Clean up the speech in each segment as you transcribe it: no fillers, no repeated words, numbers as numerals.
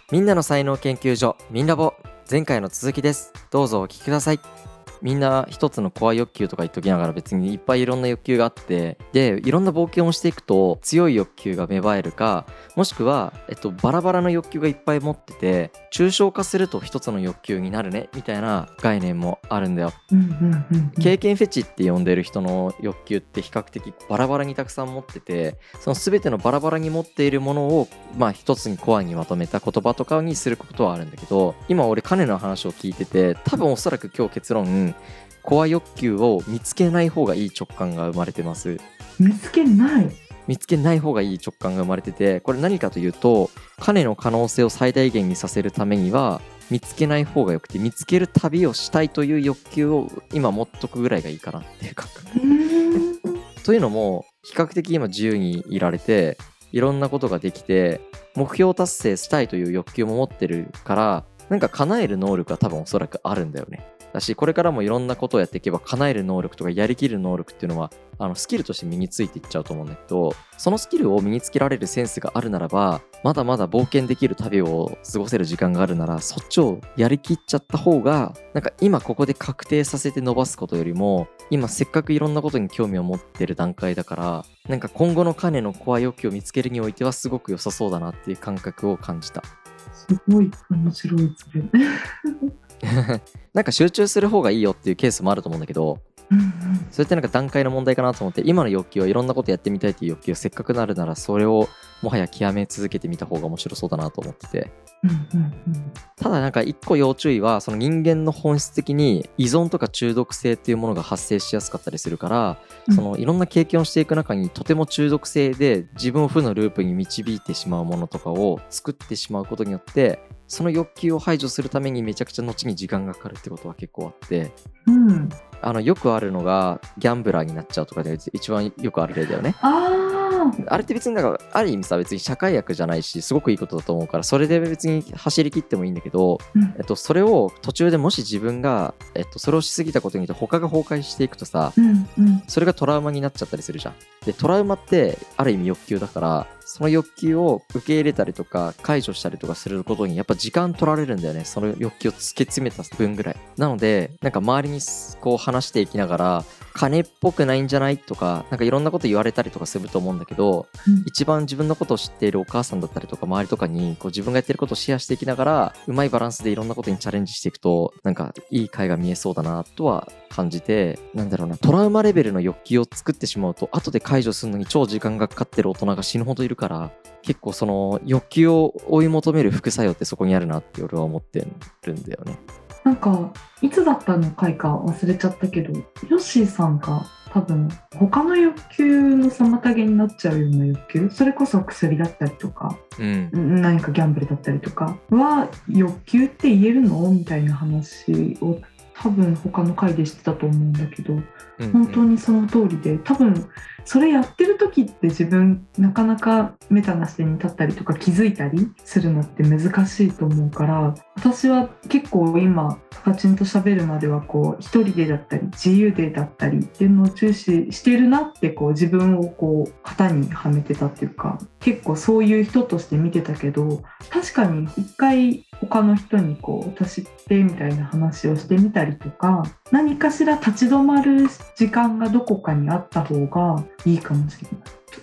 みんなの才能研究所ミンラボ、前回の続きです。どうぞお聞きください。みんな一つのコア欲求とか言っときながら別にいっぱいいろんな欲求があって、でいろんな冒険をしていくと強い欲求が芽生えるか、もしくは、バラバラの欲求がいっぱい持ってて抽象化すると一つの欲求になるねみたいな概念もあるんだよ。経験フェチって呼んでる人の欲求って比較的バラバラにたくさん持ってて、その全てのバラバラに持っているものを一つにコアにまとめた言葉とかにすることはあるんだけど、今俺カネの話を聞いてて、多分おそらく今日結論コア欲求を見つけない方がいい直感が生まれてます。 見つけない方がいい直感が生まれてて、これ何かというと、彼の可能性を最大限にさせるためには見つけない方がよくて、見つける旅をしたいという欲求を今持っとくぐらいがいいかなっていう感覚というのも、比較的今自由にいられていろんなことができて目標達成したいという欲求も持ってるから、なんか叶える能力は多分おそらくあるんだよね。だし、これからもいろんなことをやっていけば叶える能力とかやりきる能力っていうのはスキルとして身についていっちゃうと思うんだけど、そのスキルを身につけられるセンスがあるならば、まだまだ冒険できる旅を過ごせる時間があるなら、そっちをやりきっちゃった方が、なんか今ここで確定させて伸ばすことよりも、今せっかくいろんなことに興味を持ってる段階だから、なんか今後の彼のコア欲求を見つけるにおいてはすごく良さそうだなっていう感覚を感じた。 すごい面白いそれなんか集中する方がいいよっていうケースもあると思うんだけど、それってなんか段階の問題かなと思って、今の欲求はいろんなことやってみたいっていう欲求、せっかくなるならそれをもはや極め続けてみた方が面白そうだなと思ってて、ただなんか一個要注意は、その人間の本質的に依存とか中毒性っていうものが発生しやすかったりするから、そのいろんな経験をしていく中にとても中毒性で自分を負のループに導いてしまうものとかを作ってしまうことによって、その欲求を排除するためにめちゃくちゃ後に時間がかかるってことは結構あって、よくあるのがギャンブラーになっちゃうとかで一番よくある例だよね。あれって別になんかある意味さ、別に社会悪じゃないしすごくいいことだと思うから、それで別に走り切ってもいいんだけど、それを途中でもし自分が、それをしすぎたことによって他が崩壊していくとさ、それがトラウマになっちゃったりするじゃん。でトラウマってある意味欲求だから、その欲求を受け入れたりとか解除したりとかすることにやっぱ時間取られるんだよね、その欲求を突き詰めた分ぐらい。なのでなんか周りにこう話していきながら、金っぽくないんじゃないとか、なんかいろんなこと言われたりとかすると思うんだけど、一番自分のことを知っているお母さんだったりとか周りとかにこう自分がやってることをシェアしていきながら、うまいバランスでいろんなことにチャレンジしていくと、なんかいい回が見えそうだなとは感じて、なんだろうな、トラウマレベルの欲求を作ってしまうと後で解除するのに超時間がかかってる大人が死ぬほどいるから、結構その欲求を追い求める副作用ってそこにあるなって俺は思ってるんだよね。 なんかいつだったの回か忘れちゃったけど、ヨッシーさんが多分他の欲求の妨げになっちゃうような欲求、それこそ薬だったりとか、何かギャンブルだったりとかは欲求って言えるのみたいな話を多分他の回でしてたと思うんだけど、本当にその通りで、多分それやってる時って自分なかなかメタな視点に立ったりとか気づいたりするのって難しいと思うから、私は結構今タカチンと喋るまではこう一人でだったり自由でだったりっていうのを注視してるなって、こう自分をこう型にはめてたっていうか、結構そういう人として見てたけど、確かに一回他の人にこう私ってみたいな話をしてみたりとか、何かしら立ち止まる時間がどこかにあった方がいいかもしれない。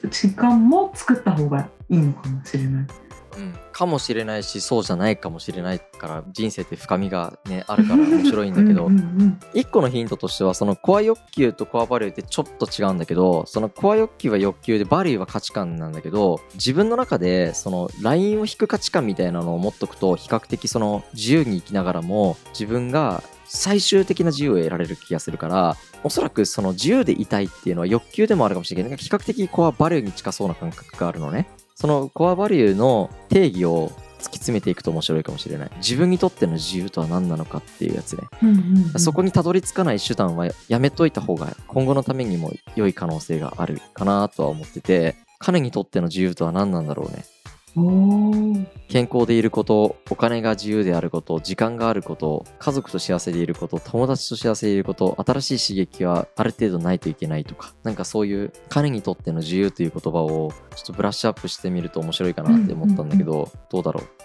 時間も作った方がいいのかもしれない。 かもしれないし、そうじゃないかもしれないから、人生って深みがねあるから面白いんだけど一個のヒントとしては、そのコア欲求とコアバリューってちょっと違うんだけど、そのコア欲求は欲求でバリューは価値観なんだけど、自分の中でそのラインを引く価値観みたいなのを持っとくと、比較的その自由に生きながらも自分が最終的な自由を得られる気がするから、おそらくその自由でいたいっていうのは欲求でもあるかもしれないけど、比較的コアバリューに近そうな感覚があるのね。そのコアバリューの定義を突き詰めていくと面白いかもしれない。自分にとっての自由とは何なのかっていうやつね。そこにたどり着かない手段はやめといた方が今後のためにも良い可能性があるかなとは思ってて、彼にとっての自由とは何なんだろうね。健康でいること、お金が自由であること、時間があること、家族と幸せでいること、友達と幸せでいること、新しい刺激はある程度ないといけないとか、なんかそういう彼にとっての自由という言葉をちょっとブラッシュアップしてみると面白いかなって思ったんだけど、どうだろう。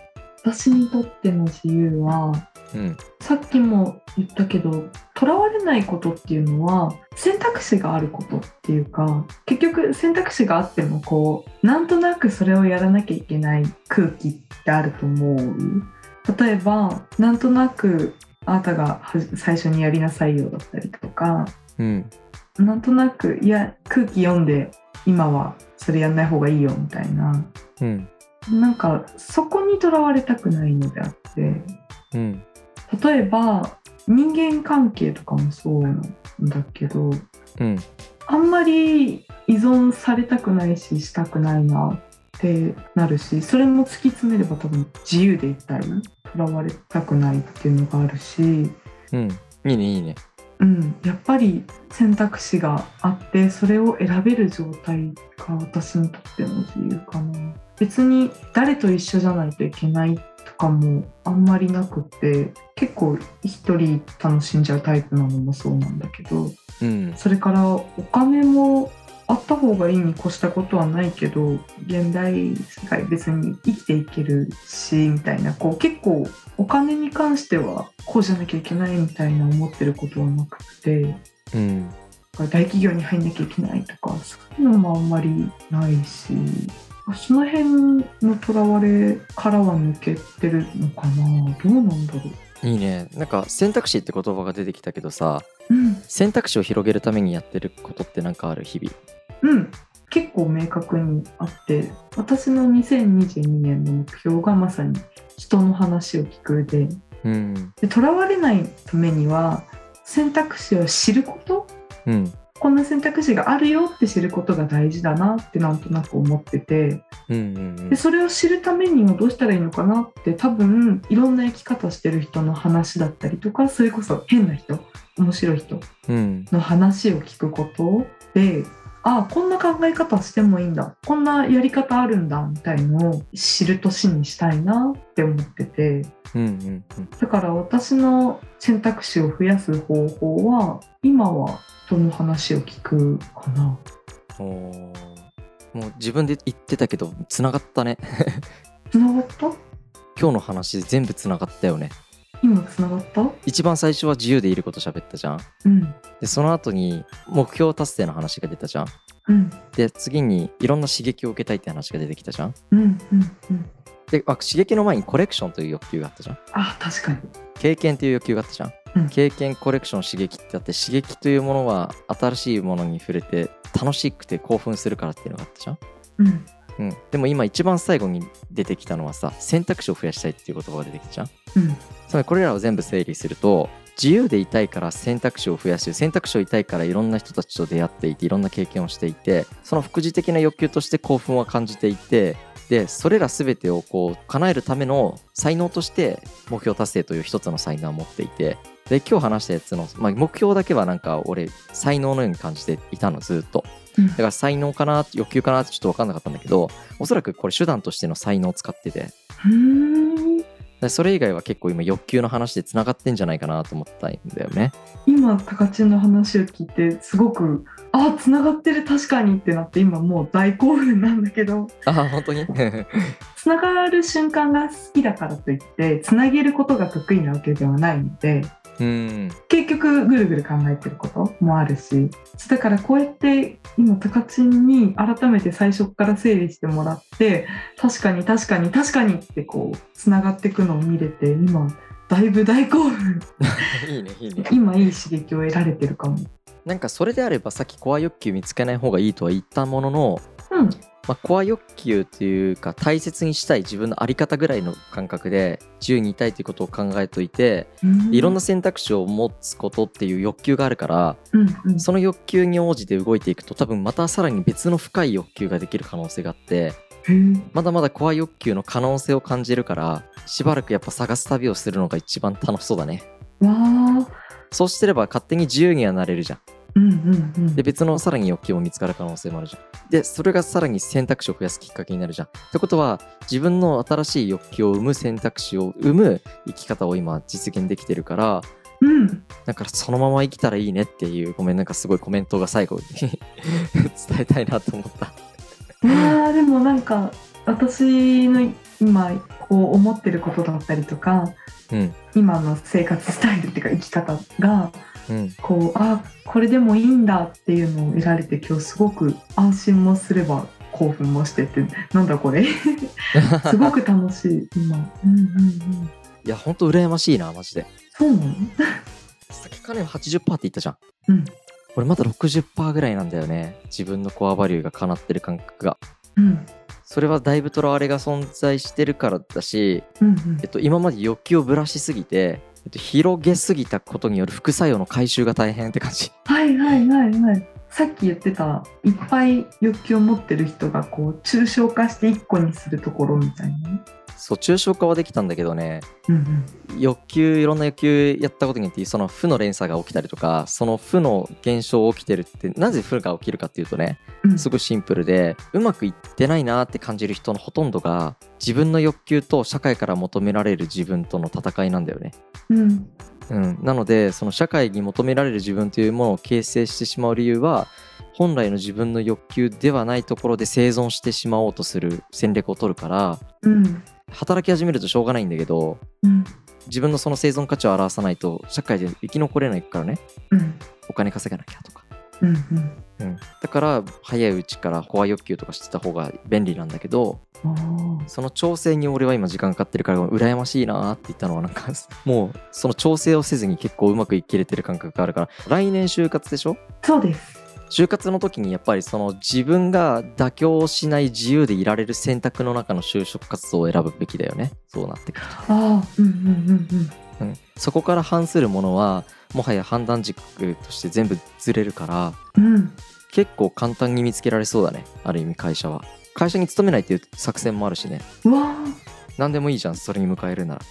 私にとっての自由は、さっきも言ったけど、とらわれないことっていうのは選択肢があることっていうか、結局選択肢があってもこうなんとなくそれをやらなきゃいけない空気ってあると思う。例えばなんとなくあなたが最初にやりなさいよだったりとか、なんとなくいや空気読んで今はそれやんない方がいいよみたいな、なんかそこにとらわれたくないのであって、例えば人間関係とかもそうなんだけど、あんまり依存されたくないししたくないなってなるし、それも突き詰めれば多分自由でいたい、とらわれたくないっていうのがあるし、いいいねいいね。 やっぱり選択肢があってそれを選べる状態が私にとっての自由かな。別に誰と一緒じゃないといけないとかもあんまりなくて、結構一人楽しんじゃうタイプなのもそうなんだけど、それからお金もあった方がいいに越したことはないけど、現代世界別に生きていけるしみたいな、こう結構お金に関してはこうじゃなきゃいけないみたいな思ってることはなくて、大企業に入んなきゃいけないとかそういうのもあんまりないし、その辺のとらわれからは抜けてるのかな。どうなんだろう。 いいね。なんか選択肢って言葉が出てきたけどさ、選択肢を広げるためにやってることってなんかある？日々。 結構明確にあって、私の2022年の目標がまさに人の話を聞くで、とらわれないためには選択肢を知ること、こんな選択肢があるよって知ることが大事だなってなんとなく思ってて、でそれを知るためにはどうしたらいいのかなって、多分いろんな生き方してる人の話だったりとか、それこそ変な人、面白い人の話を聞くことで、こんな考え方してもいいんだ、こんなやり方あるんだみたいのを知る年にしたいなって思ってて、だから私の選択肢を増やす方法は今は人の話を聞くかな。 もう自分で言ってたけどつながったね。 つながった？ 今日の話全部つながったよね。 今つながった？ 一番最初は自由でいること喋ったじゃん、でその後に目標達成の話が出たじゃん、で次にいろんな刺激を受けたいって話が出てきたじゃん、で刺激の前にコレクションという欲求があったじゃん。 確かに。 経験という欲求があったじゃん、経験、コレクション、刺激ってあって、刺激というものは新しいものに触れて楽しくて興奮するからっていうのがあったじゃん、でも今一番最後に出てきたのはさ、選択肢を増やしたいっていう言葉が出てきたじゃん、つまりこれらを全部整理すると、自由でいたいから選択肢を増やして、選択肢をいたいからいろんな人たちと出会っていて、いろんな経験をしていて、その副次的な欲求として興奮は感じていて、でそれら全てをこう叶えるための才能として目標達成という一つの才能を持っていて、で今日話したやつの、目標だけはなんか俺才能のように感じていたの、ずっと。だから才能かな、欲求かなってちょっと分かんなかったんだけど、おそらくこれ手段としての才能を使ってて、それ以外は結構今欲求の話でつながってんじゃないかなと思ったんだよね。 今タカチンの話を聞いてすごくつながってる、確かにってなって、今もう大興奮なんだけど。 本当につながる瞬間が好きだからといってつなげることが得意なわけではないので、結局ぐるぐる考えてることもあるし、だからこうやって今タカチンに改めて最初から整理してもらって、確かにってこうつながっていくのを見れて、今だいぶ大興奮。 いいねいいね。 今いい刺激を得られてるかも。 なんかそれであればさっきコア欲求見つけない方がいいとは言ったものの、コア欲求というか大切にしたい自分の在り方ぐらいの感覚で自由にいたいということを考えといて、いろんな選択肢を持つことっていう欲求があるから、その欲求に応じて動いていくと多分またさらに別の深い欲求ができる可能性があって、まだまだコア欲求の可能性を感じるから、しばらくやっぱ探す旅をするのが一番楽しそうだね。そうしてれば勝手に自由にはなれるじゃん。で別のさらに欲求も見つかる可能性もあるじゃん。でそれがさらに選択肢を増やすきっかけになるじゃん。ってことは自分の新しい欲求を生む選択肢を生む生き方を今実現できてるから、だからそのまま生きたらいいねっていう、ごめんなんかすごいコメントが最後に伝えたいなと思った。 でもなんか私の今こう思ってることだったりとか、今の生活スタイルっていうか生き方が、こうこれでもいいんだっていうのを得られて、今日すごく安心もすれば興奮もしてて、なんだこれすごく楽しい今。 いやほんと羨ましいなマジで。 そうなの？ さっきから80%って言ったじゃん。俺まだ 60% ぐらいなんだよね、自分のコアバリューが叶ってる感覚が。それはだいぶとらわれが存在してるからだし、今まで欲求をぶらしすぎて、広げすぎたことによる副作用の回収が大変って感じ。さっき言ってた、いっぱい欲求を持ってる人がこう抽象化して1個にするところみたいな。 そう抽象化はできたんだけどね、欲求、いろんな欲求やったことによってその負の連鎖が起きたりとか、その負の現象起きてるって、なぜ負が起きるかっていうとね、すごいシンプルで、うまくいってないなって感じる人のほとんどが自分の欲求と社会から求められる自分との戦いなんだよね。なのでその社会に求められる自分というものを形成してしまう理由は、本来の自分の欲求ではないところで生存してしまおうとする戦略を取るから、働き始めるとしょうがないんだけど、自分のその生存価値を表さないと社会で生き残れないからね、お金稼がなきゃとか、だから早いうちからコア欲求とかしてた方が便利なんだけど、その調整に俺は今時間かかってるから羨ましいなって言ったのは、なんかもうその調整をせずに結構うまくいけれてる感覚があるから。来年就活でしょ？ そうです。 就活の時にやっぱりその自分が妥協しない自由でいられる選択の中の就職活動を選ぶべきだよね、そうなってくると。そこから反するものはもはや判断軸として全部ずれるから、結構簡単に見つけられそうだね、ある意味。会社に勤めないっていう作戦もあるしね。何でもいいじゃん、それに迎えるなら。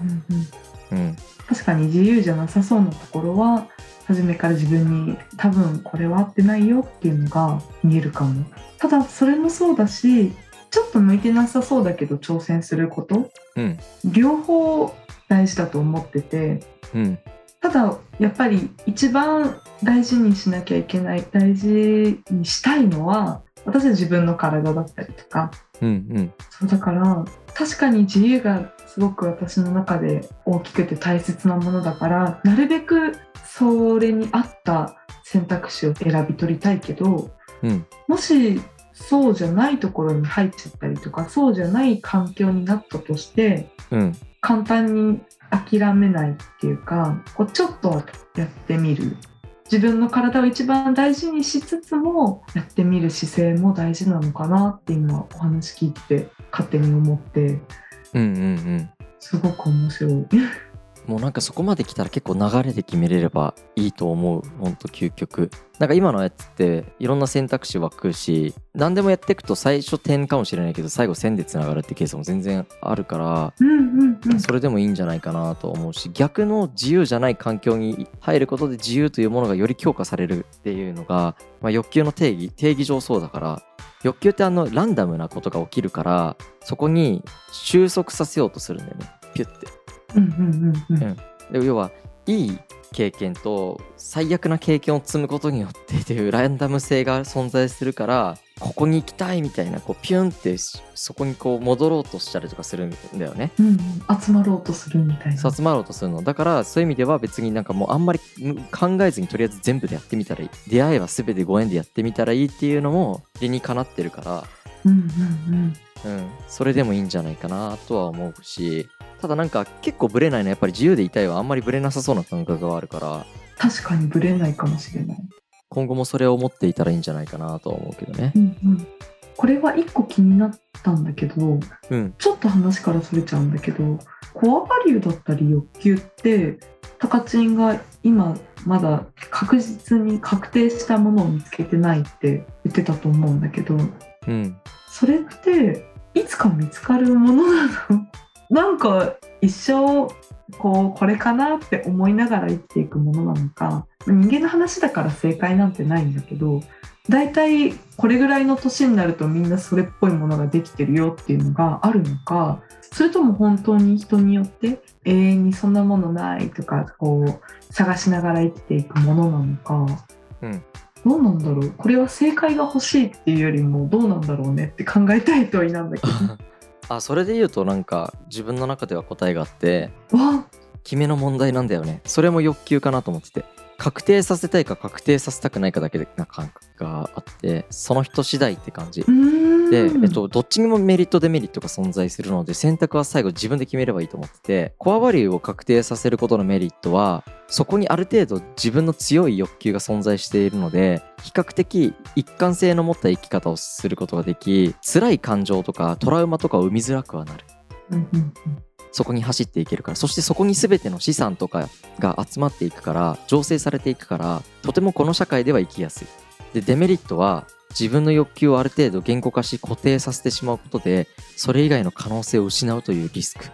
確かに自由じゃなさそうなところは初めから自分に多分これは合ってないよっていうのが見えるかも。ただそれもそうだし、ちょっと向いてなさそうだけど挑戦すること、両方大事だと思ってて、ただやっぱり一番大事にしなきゃいけない、大事にしたいのは私は自分の体だったりとか、そうだから確かに自由がすごく私の中で大きくて大切なものだから、なるべくそれに合った選択肢を選び取りたいけど、もしそうじゃないところに入っちゃったりとか、そうじゃない環境になったとして、簡単に諦めないっていうか、こうちょっとやってみる、自分の体を一番大事にしつつもやってみる姿勢も大事なのかなって今お話聞いて勝手に思って、すごく面白いもうなんかそこまで来たら結構流れで決めれればいいと思う。ほんと究極なんか今のやつっていろんな選択肢湧くし、何でもやっていくと最初点かもしれないけど最後線でつながるってケースも全然あるから、それでもいいんじゃないかなと思うし、逆の自由じゃない環境に入ることで自由というものがより強化されるっていうのが、欲求の定義上そうだから、欲求ってランダムなことが起きるから、そこに収束させようとするんだよね、ピュッて。で要はいい経験と最悪な経験を積むことによってっていうランダム性が存在するから、ここに行きたいみたいな、こうピュンってそこにこう戻ろうとしたりとかするんだよね、 集まろうとするみたいな。 集まろうとするのだから、そういう意味では別になんかもうあんまり考えずにとりあえず全部でやってみたらいい、出会いは全てご縁でやってみたらいいっていうのも理にかなってるから、それでもいいんじゃないかなとは思うし、ただなんか結構ブレないのはやっぱり自由でいたいはあんまりブレなさそうな感覚があるから、 確かにブレないかもしれない。 今後もそれを持っていたらいいんじゃないかなとは思うけどね。 これは一個気になったんだけど、ちょっと話からそれちゃうんだけど、コアバリューだったり欲求ってタカチンが今まだ確実に確定したものを見つけてないって言ってたと思うんだけど、それっていつか見つかるものなの？なんか一生これかなって思いながら生きていくものなのか、人間の話だから正解なんてないんだけど、だいたいこれぐらいの年になるとみんなそれっぽいものができてるよっていうのがあるのか、それとも本当に人によって永遠にそんなものないとか探しながら生きていくものなのか、どうなんだろう。これは正解が欲しいっていうよりもどうなんだろうねって考えたい問いなんだけどそれで言うとなんか自分の中では答えがあって、 わ決めの問題なんだよね。それも欲求かなと思ってて、確定させたいか確定させたくないかだけな感覚があって、その人次第って感じで、どっちにもメリットデメリットが存在するので、選択は最後自分で決めればいいと思ってて、コアバリューを確定させることのメリットは、そこにある程度自分の強い欲求が存在しているので、比較的一貫性の持った生き方をすることができ、辛い感情とかトラウマとかを生みづらくはなる。そこに走っていけるから。そしてそこに全ての資産とかが集まっていくから、醸成されていくから、とてもこの社会では生きやすい。で、デメリットは自分の欲求をある程度言語化し固定させてしまうことで、それ以外の可能性を失うというリスク。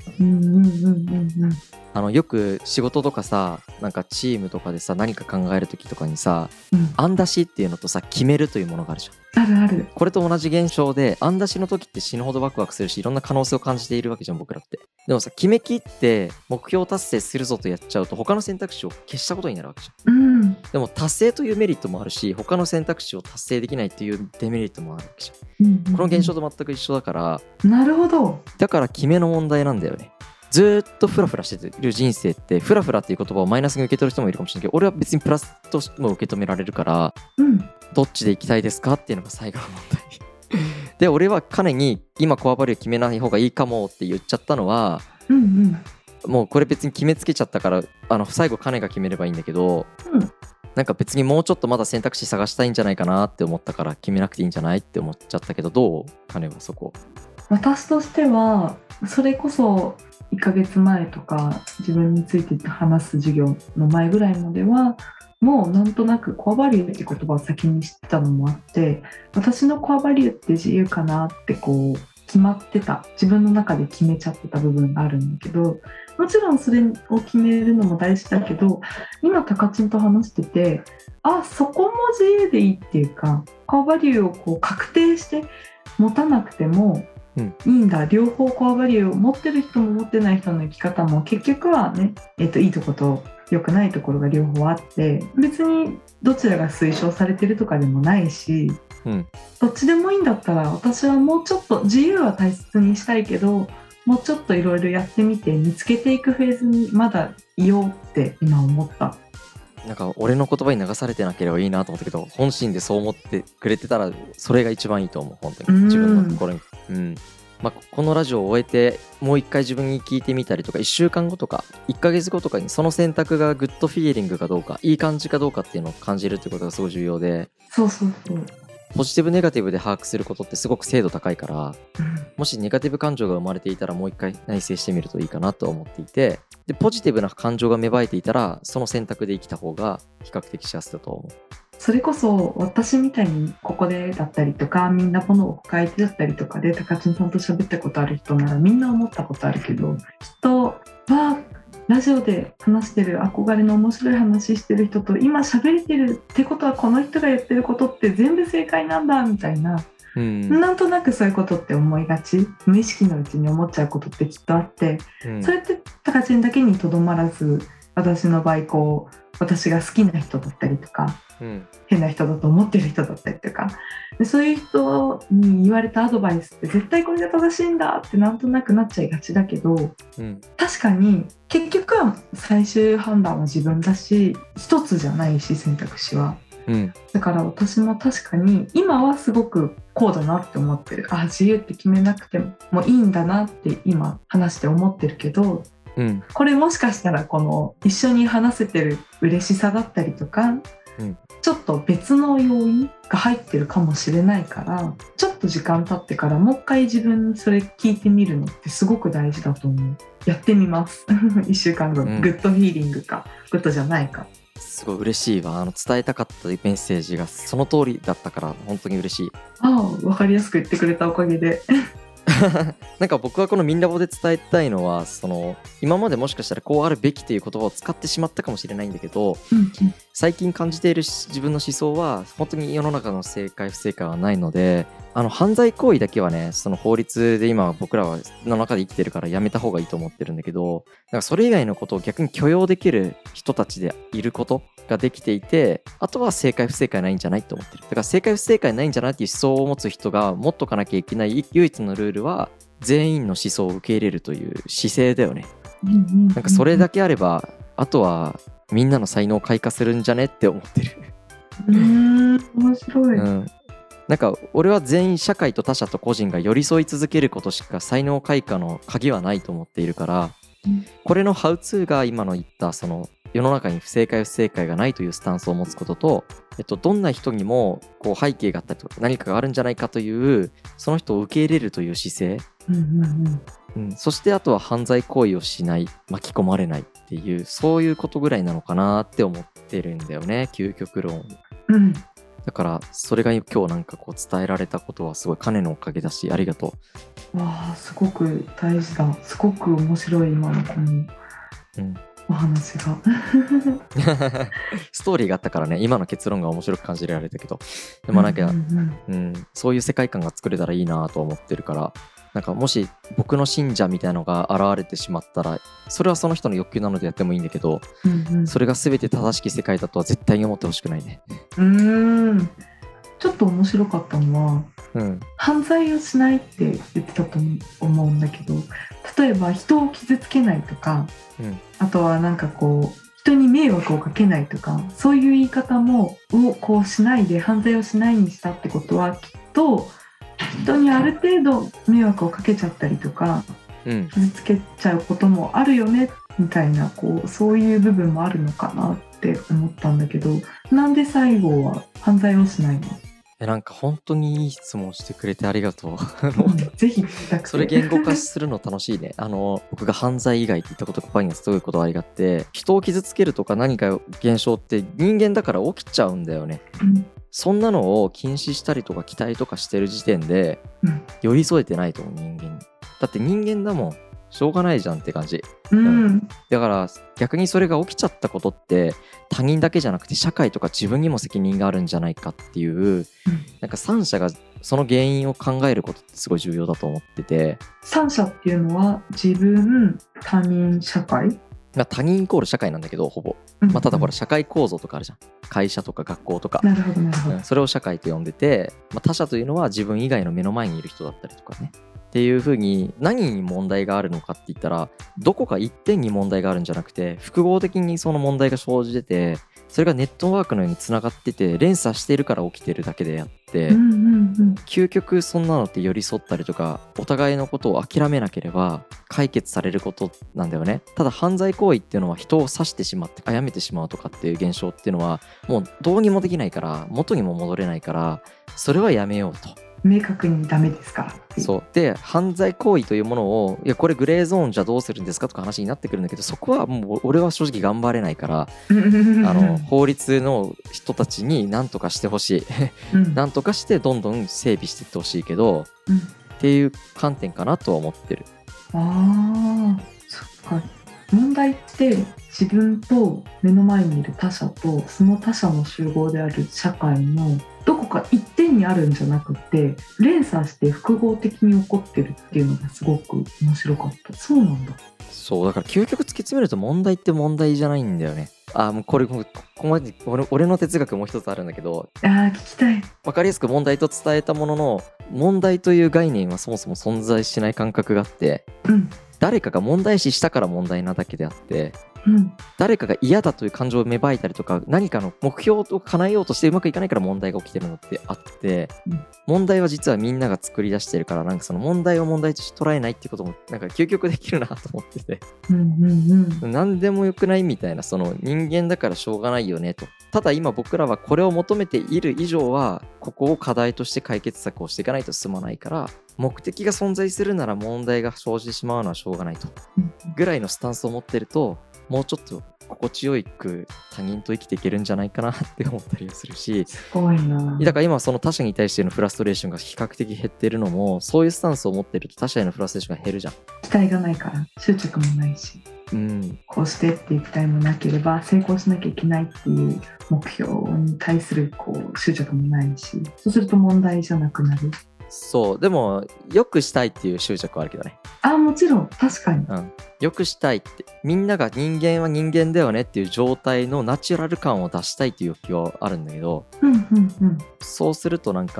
よく仕事とかさ、なんかチームとかでさ、何か考える時とかにさ、案出しっていうのとさ、決めるというものがあるじゃん。 ある。 これと同じ現象で、案出しの時って死ぬほどワクワクするし、いろんな可能性を感じているわけじゃん、僕らって。でもさ、決めきって目標達成するぞとやっちゃうと、他の選択肢を消したことになるわけじゃん。でも達成というメリットもあるし、他の選択肢を達成できないっていうデメリットもあるわけじゃん。この現象と全く一緒だから。 なるほど。 だから決めの問題なんだよね。ずっとフラフラしてる人生って、フラフラっていう言葉をマイナスに受け取る人もいるかもしれないけど、俺は別にプラスとしても受け止められるから、どっちで行きたいですかっていうのが最後の問題で、俺は彼に今コアバリュー決めない方がいいかもって言っちゃったのは、もうこれ別に決めつけちゃったから、最後彼が決めればいいんだけど、なんか別にもうちょっとまだ選択肢探したいんじゃないかなって思ったから決めなくていいんじゃないって思っちゃったけど、どう？彼はそこ。 私としてはそれこそ1ヶ月前とか自分について話す授業の前ぐらいまではもうなんとなくコアバリューって言葉を先に知ってたのもあって、私のコアバリューって自由かなってこう決まってた、自分の中で決めちゃってた部分があるんだけど、もちろんそれを決めるのも大事だけど、今タカチンと話してて、そこも自由でいいっていうか、コアバリューをこう確定して持たなくてもいいんだ、両方コアバリューを持ってる人も持ってない人の生き方も結局はね、いいとこと良くないところが両方あって、別にどちらが推奨されてるとかでもないし、どっちでもいいんだったら、私はもうちょっと自由は大切にしたいけど、もうちょっといろいろやってみて見つけていくフェーズにまだいようって今思った。 なんか俺の言葉に流されてなければいいなと思ったけど、本心でそう思ってくれてたらそれが一番いいと思う、本当に自分の心に。このラジオを終えてもう一回自分に聞いてみたりとか、1週間後とか1ヶ月後とかにその選択がグッドフィーリングかどうか、いい感じかどうかっていうのを感じるってことがすごい重要で、ポジティブネガティブで把握することってすごく精度高いから、もしネガティブ感情が生まれていたらもう一回内省してみるといいかなと思っていて、でポジティブな感情が芽生えていたらその選択で生きた方が比較的幸せだと思う。 それこそ私みたいにここでだったりとか、みんな物を抱えてだったりとかで高知さんと喋ったことある人ならみんな思ったことあるけど、きっとラジオで話してる憧れの面白い話してる人と今喋れてるってことは、この人が言ってることって全部正解なんだみたいな、なんとなくそういうことって思いがち、無意識のうちに思っちゃうことってきっとあって、それって高知だけにとどまらず、私の場合私が好きな人だったりとか、変な人だと思ってる人だったりとかで、そういう人に言われたアドバイスって絶対これが正しいんだってなんとなくなっちゃいがちだけど、確かに結局は最終判断は自分だし、一つじゃないし選択肢は、だから私も確かに今はすごくこうだなって思ってる。自由って決めなくてもいいんだなって今話して思ってるけど、これもしかしたらこの一緒に話せてる嬉しさだったりとか、ちょっと別の要因が入ってるかもしれないから、ちょっと時間経ってからもう一回自分にそれ聞いてみるのってすごく大事だと思う。やってみます1週間後、グッドフィーリングかグッドじゃないか。 すごい嬉しいわ。伝えたかったメッセージがその通りだったから本当に嬉しい。 分かりやすく言ってくれたおかげでなんか僕はこのミンラボで伝えたいのは、今までもしかしたらこうあるべきという言葉を使ってしまったかもしれないんだけど、最近感じている自分の思想は本当に世の中の正解不正解はないので、犯罪行為だけはね、その法律で今僕らはの中で生きてるからやめた方がいいと思ってるんだけど、なんかそれ以外のことを逆に許容できる人たちでいることができていて、あとは正解不正解ないんじゃないと思ってる。だから正解不正解ないんじゃないっていう思想を持つ人が持っとかなきゃいけない唯一のルールは、 全員の思想を受け入れるという姿勢だよね。なんかそれだけあればあとはみんなの才能を開花するんじゃねって思ってる。 面白い、 なんか俺は全員社会と他者と個人が寄り添い続けることしか才能開花の鍵はないと思っているから、これのハウツーが今の言ったその世の中に不正解不正解がないというスタンスを持つことと、どんな人にもこう背景があったりとか何かがあるんじゃないかというその人を受け入れるという姿勢、そしてあとは犯罪行為をしない、巻き込まれないっていうそういうことぐらいなのかなって思ってるんだよね、究極論。だからそれが今日なんかこう伝えられたことはすごい金のおかげだし、ありがとう。わあ、すごく大事だ。すごく面白い今のこのお話がストーリーがあったからね、今の結論が面白く感じられたけど、でもなんか、そういう世界観が作れたらいいなと思ってるから、なんかもし僕の信者みたいなのが現れてしまったらそれはその人の欲求なのでやってもいいんだけど、それが全て正しき世界だとは絶対に思ってほしくないね。 ちょっと面白かったのは、犯罪をしないって言ってたと思うんだけど、例えば人を傷つけないとか、あとはなんかこう人に迷惑をかけないとか、そういう言い方もこうしないで犯罪をしないにしたってことは、きっと人にある程度迷惑をかけちゃったりとか、傷つけちゃうこともあるよねみたいな、こうそういう部分もあるのかなって思ったんだけど、なんで西郷は犯罪をしないの？ なんか本当にいい質問してくれてありがとう。 ぜひ聞きたくて。 それ言語化するの楽しいね。僕が犯罪以外って言ったことがすごいことありがって、人を傷つけるとか何か現象って人間だから起きちゃうんだよね。そんなのを禁止したりとか期待とかしてる時点で寄り添えてないと思う、人間に。だって人間だもん、しょうがないじゃんって感じ、だから逆にそれが起きちゃったことって他人だけじゃなくて社会とか自分にも責任があるんじゃないかっていう、なんか三者がその原因を考えることってすごい重要だと思ってて。 三者っていうのは自分、他人、社会？ 他人イコール社会なんだけどほぼ、ただほら社会構造とかあるじゃん、会社とか学校とか。 なるほどなるほど、 それを社会と呼んでて、他者というのは自分以外の目の前にいる人だったりとかねっていう風に、何に問題があるのかって言ったらどこか一点に問題があるんじゃなくて、複合的にその問題が生じてて、それがネットワークのようにつながってて連鎖しているから起きてるだけであって、究極そんなのって寄り添ったりとかお互いのことを諦めなければ解決されることなんだよね。ただ犯罪行為っていうのは人を刺してしまって殺めてしまうとかっていう現象っていうのはもうどうにもできないから、元にも戻れないから、それはやめようと。 明確にダメですから。 そうで、犯罪行為というものをこれグレーゾーンじゃどうするんですかとか話になってくるんだけど、そこはもう俺は正直頑張れないから法律の人たちに何とかしてほしい何とかしてどんどん整備していってほしいけど、っていう観点かなとは思ってる。 そっか。問題って自分と目の前にいる他者とその他者の集合である社会のどこか一点にあるんじゃなくて、連鎖して複合的に起こってるっていうのがすごく面白かった。そうなんだ。 そうだから究極突き詰めると問題って問題じゃないんだよね。もうここまで俺の哲学もう一つあるんだけど、 聞きたい。 分かりやすく問題と伝えたものの、問題という概念はそもそも存在しない感覚があって、誰かが問題視したから問題なだけであって、誰かが嫌だという感情を芽生えたりとか何かの目標を叶えようとしてうまくいかないから問題が起きてるのってあって、問題は実はみんなが作り出してるから、なんかその問題を問題として捉えないってこともなんか究極できるなと思ってて、何でもよくないみたいな、その人間だからしょうがないよねと。ただ今僕らはこれを求めている以上はここを課題として解決策をしていかないと進まないから、目的が存在するなら問題が生じてしまうのはしょうがないとぐらいのスタンスを持ってると、もうちょっと心地よく他人と生きていけるんじゃないかなって思ったりはするし、 すごいな。 だから今その他者に対してのフラストレーションが比較的減ってるのも、そういうスタンスを持ってると他者へのフラストレーションが減るじゃん。 期待がないから執着もないし、こうしてっていう期待もなければ成功しなきゃいけないっていう目標に対するこう執着もないし、そうすると問題じゃなくなる。 そうでも良くしたいっていう執着はあるけどね。 もちろん確かに、 良くしたいって、みんなが人間は人間だよねっていう状態のナチュラル感を出したいっていう欲求はあるんだけど、そうするとなんか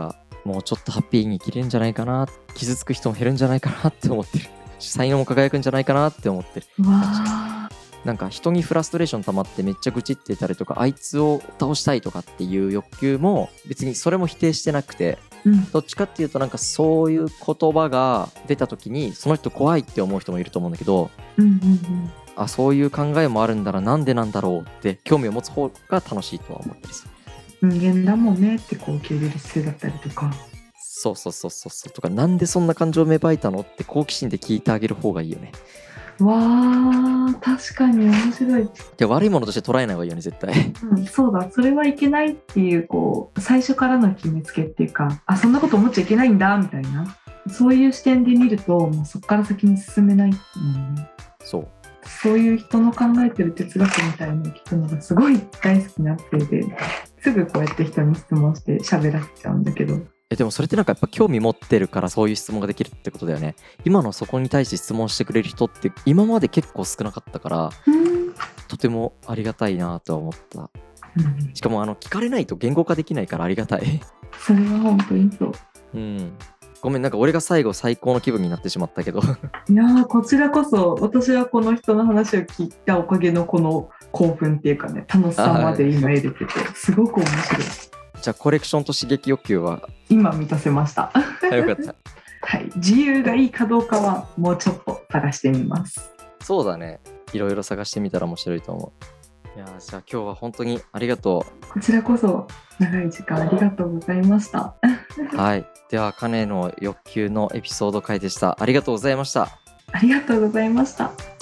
もうちょっとハッピーに生きれるんじゃないかな、傷つく人も減るんじゃないかなって思ってる、才能も輝くんじゃないかなって思ってる。なんか人にフラストレーション溜まってめっちゃ愚痴ってたりとか、あいつを倒したいとかっていう欲求も別にそれも否定してなくて、どっちかっていうとなんかそういう言葉が出た時にその人怖いって思う人もいると思うんだけど、あ、そういう考えもあるんだな、なんでなんだろうって興味を持つ方が楽しいとは思ったりする。 人間だもんねってこう受け入れる姿勢だったりとか、 そうとか、なんでそんな感情芽生えたのって好奇心で聞いてあげる方がいいよね。 わー、確かに面白い。 で、悪いものとして捉えない方がいいよね、絶対。 そうだ、それはいけないっていう、こう最初からの決めつけっていうか、あ、そんなこと思っちゃいけないんだみたいな、そういう視点で見るともうそこから先に進めないもんね。そういう人の考えてる哲学みたいなのを聞くのがすごい大好きなせいで、すぐこうやって人に質問して喋らせちゃうんだけど。 でもそれってなんかやっぱ興味持ってるからそういう質問ができるってことだよね。今のそこに対して質問してくれる人って今まで結構少なかったから、とてもありがたいなとは思った。しかも聞かれないと言語化できないからありがたい。 それは本当にそう。 ごめん、なんか俺が最後最高の気分になってしまったけどいやー、こちらこそ私はこの人の話を聞いたおかげのこの興奮っていうかね、楽しさまで今得れててすごく面白い。 じゃあコレクションと刺激欲求は今満たせましたよかったはい、自由がいいかどうかはもうちょっと探してみます。 そうだね、いろいろ探してみたら面白いと思う。いや、じゃあ今日は本当にありがとう。こちらこそ長い時間ありがとうございましたはい、ではカネの欲求のエピソード回でした。ありがとうございました。 ありがとうございました。